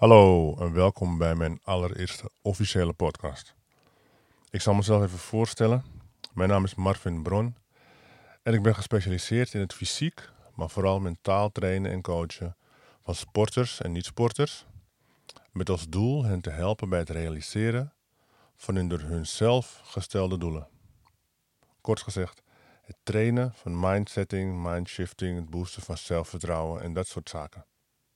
Hallo en welkom bij mijn allereerste officiële podcast. Ik zal mezelf even voorstellen. Mijn naam is Marvin Bron en ik ben gespecialiseerd in het fysiek, maar vooral mentaal trainen en coachen van sporters en niet-sporters. Met als doel hen te helpen bij het realiseren van hun door hunzelf gestelde doelen. Kort gezegd, het trainen van mindsetting, mindshifting, het boosten van zelfvertrouwen en dat soort zaken.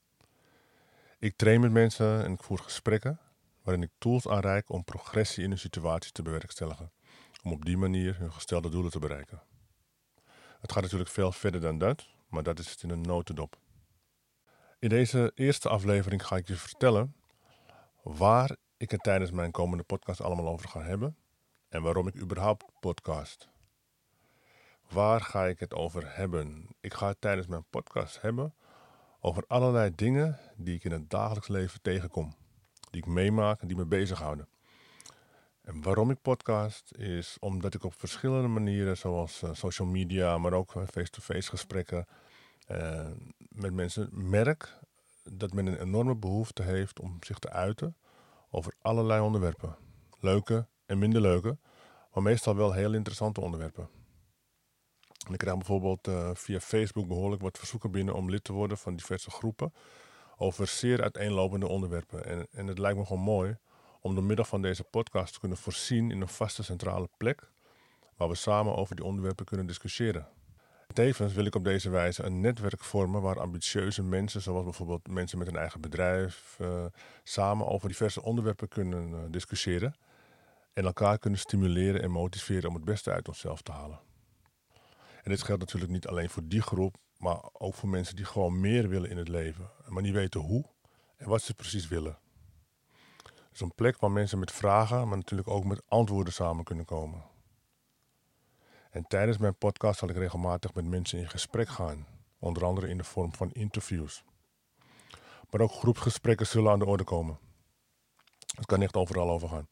Ik train met mensen en ik voer gesprekken waarin ik tools aanreik om progressie in hun situatie te bewerkstelligen. Om op die manier hun gestelde doelen te bereiken. Het gaat natuurlijk veel verder dan dat, maar dat is het in een notendop. In deze eerste aflevering ga ik je vertellen waar ik het tijdens mijn komende podcast allemaal over ga hebben en waarom ik überhaupt podcast. Waar ga ik het over hebben? Ik ga het tijdens mijn podcast hebben over allerlei dingen die ik in het dagelijks leven tegenkom. Die ik meemaak en die me bezighouden. En waarom ik podcast is omdat ik op verschillende manieren, zoals social media, maar ook face-to-face gesprekken met mensen, merk dat men een enorme behoefte heeft om zich te uiten over allerlei onderwerpen. Leuke en minder leuke, maar meestal wel heel interessante onderwerpen. En ik krijg bijvoorbeeld via Facebook behoorlijk wat verzoeken binnen om lid te worden van diverse groepen over zeer uiteenlopende onderwerpen. En het lijkt me gewoon mooi om door middel van deze podcast te kunnen voorzien in een vaste centrale plek waar we samen over die onderwerpen kunnen discussiëren. Tevens wil ik op deze wijze een netwerk vormen waar ambitieuze mensen, zoals bijvoorbeeld mensen met een eigen bedrijf, samen over diverse onderwerpen kunnen discussiëren en elkaar kunnen stimuleren en motiveren om het beste uit onszelf te halen. En dit geldt natuurlijk niet alleen voor die groep, maar ook voor mensen die gewoon meer willen in het leven, maar niet weten hoe en wat ze precies willen. Dus een plek waar mensen met vragen, maar natuurlijk ook met antwoorden samen kunnen komen. En tijdens mijn podcast zal ik regelmatig met mensen in gesprek gaan, onder andere in de vorm van interviews. Maar ook groepsgesprekken zullen aan de orde komen. Het kan echt overal over gaan.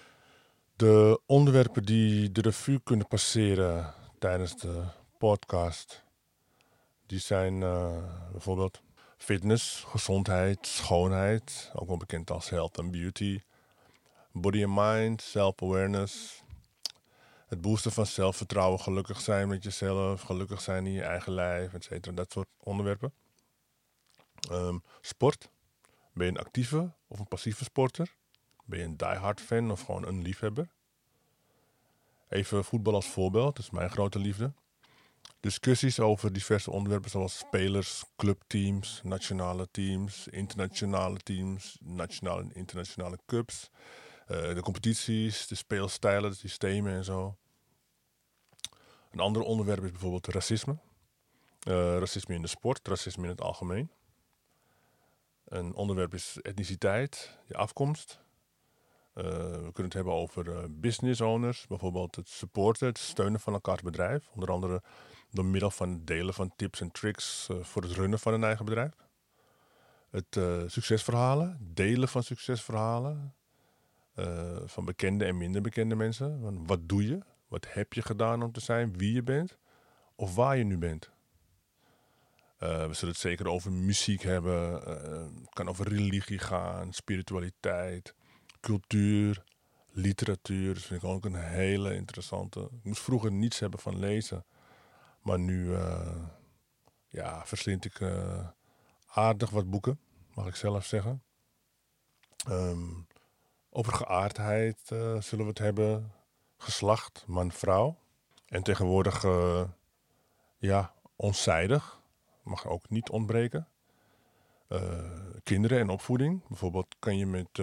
De onderwerpen die de revue kunnen passeren tijdens de podcast, die zijn bijvoorbeeld fitness, gezondheid, schoonheid, ook wel bekend als health and beauty, body and mind, self-awareness, het boosten van zelfvertrouwen, gelukkig zijn met jezelf, gelukkig zijn in je eigen lijf, etc. Dat soort onderwerpen. Sport. Ben je een actieve of een passieve sporter? Ben je een diehard fan of gewoon een liefhebber? Even voetbal als voorbeeld, dat is mijn grote liefde. Discussies over diverse onderwerpen zoals spelers, clubteams, nationale teams, internationale teams, nationale en internationale cups, de competities, de speelstijlen, de systemen en zo. Een ander onderwerp is bijvoorbeeld racisme. Racisme in de sport, racisme in het algemeen. Een onderwerp is etniciteit, je afkomst. We kunnen het hebben over business owners, bijvoorbeeld het supporten, het steunen van elkaars bedrijf. Onder andere door middel van het delen van tips en tricks voor het runnen van een eigen bedrijf. Het succesverhalen, delen van succesverhalen van bekende en minder bekende mensen. Wat doe je? Wat heb je gedaan om te zijn wie je bent? Of waar je nu bent? We zullen het zeker over muziek hebben. Het kan over religie gaan, spiritualiteit, cultuur, literatuur. Dat vind ik ook een hele interessante. Ik moest vroeger niets hebben van lezen. Maar nu verslind ik aardig wat boeken, mag ik zelf zeggen. Over geaardheid zullen we het hebben. Geslacht, man-vrouw. En tegenwoordig, onzijdig. Mag ook niet ontbreken. Kinderen en opvoeding. Bijvoorbeeld kan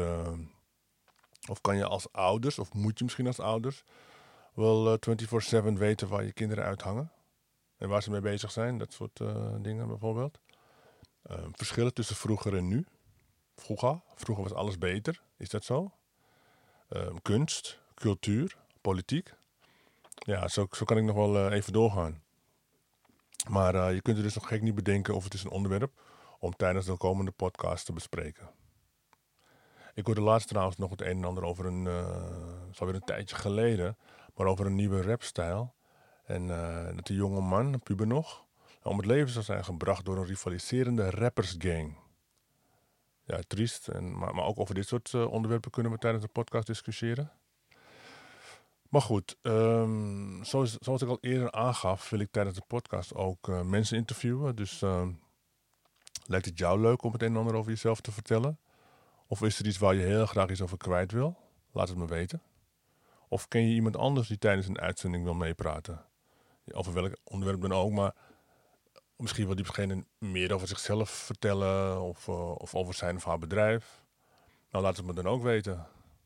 je als ouders, of moet je misschien als ouders, wel 24/7 weten waar je kinderen uithangen. En waar ze mee bezig zijn, dat soort dingen bijvoorbeeld. Verschillen tussen vroeger en nu. Vroeger was alles beter, is dat zo? Kunst, cultuur, politiek. Ja, zo kan ik nog wel even doorgaan. Maar je kunt er dus nog gek niet bedenken of het is een onderwerp om tijdens de komende podcast te bespreken. Ik hoorde laatst trouwens nog het een en ander over het is alweer een tijdje geleden, maar over een nieuwe rapstijl. En dat de jonge man, een puber nog, om het leven zou zijn gebracht door een rivaliserende rappersgang. triest. Maar ook over dit soort onderwerpen kunnen we tijdens de podcast discussiëren. Maar goed, zoals ik al eerder aangaf, wil ik tijdens de podcast ook mensen interviewen. Dus lijkt het jou leuk om het een en ander over jezelf te vertellen? Of is er iets waar je heel graag iets over kwijt wil? Laat het me weten. Of ken je iemand anders die tijdens een uitzending wil meepraten? Over welk onderwerp dan ook, maar misschien wil diegene meer over zichzelf vertellen of over zijn of haar bedrijf. Nou, laat het me dan ook weten.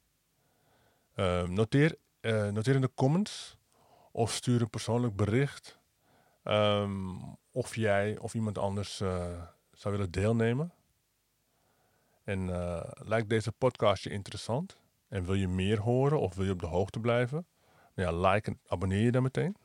Noteer in de comments of stuur een persoonlijk bericht of jij of iemand anders zou willen deelnemen. En lijkt deze podcast je interessant en wil je meer horen of wil je op de hoogte blijven? Nou ja, like en abonneer je dan meteen.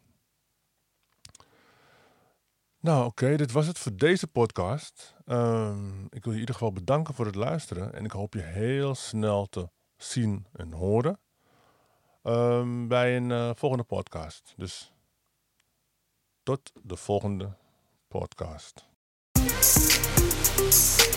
Nou oké, dit was het voor deze podcast. Ik wil je in ieder geval bedanken voor het luisteren en ik hoop je heel snel te zien en horen bij een volgende podcast. Dus tot de volgende podcast.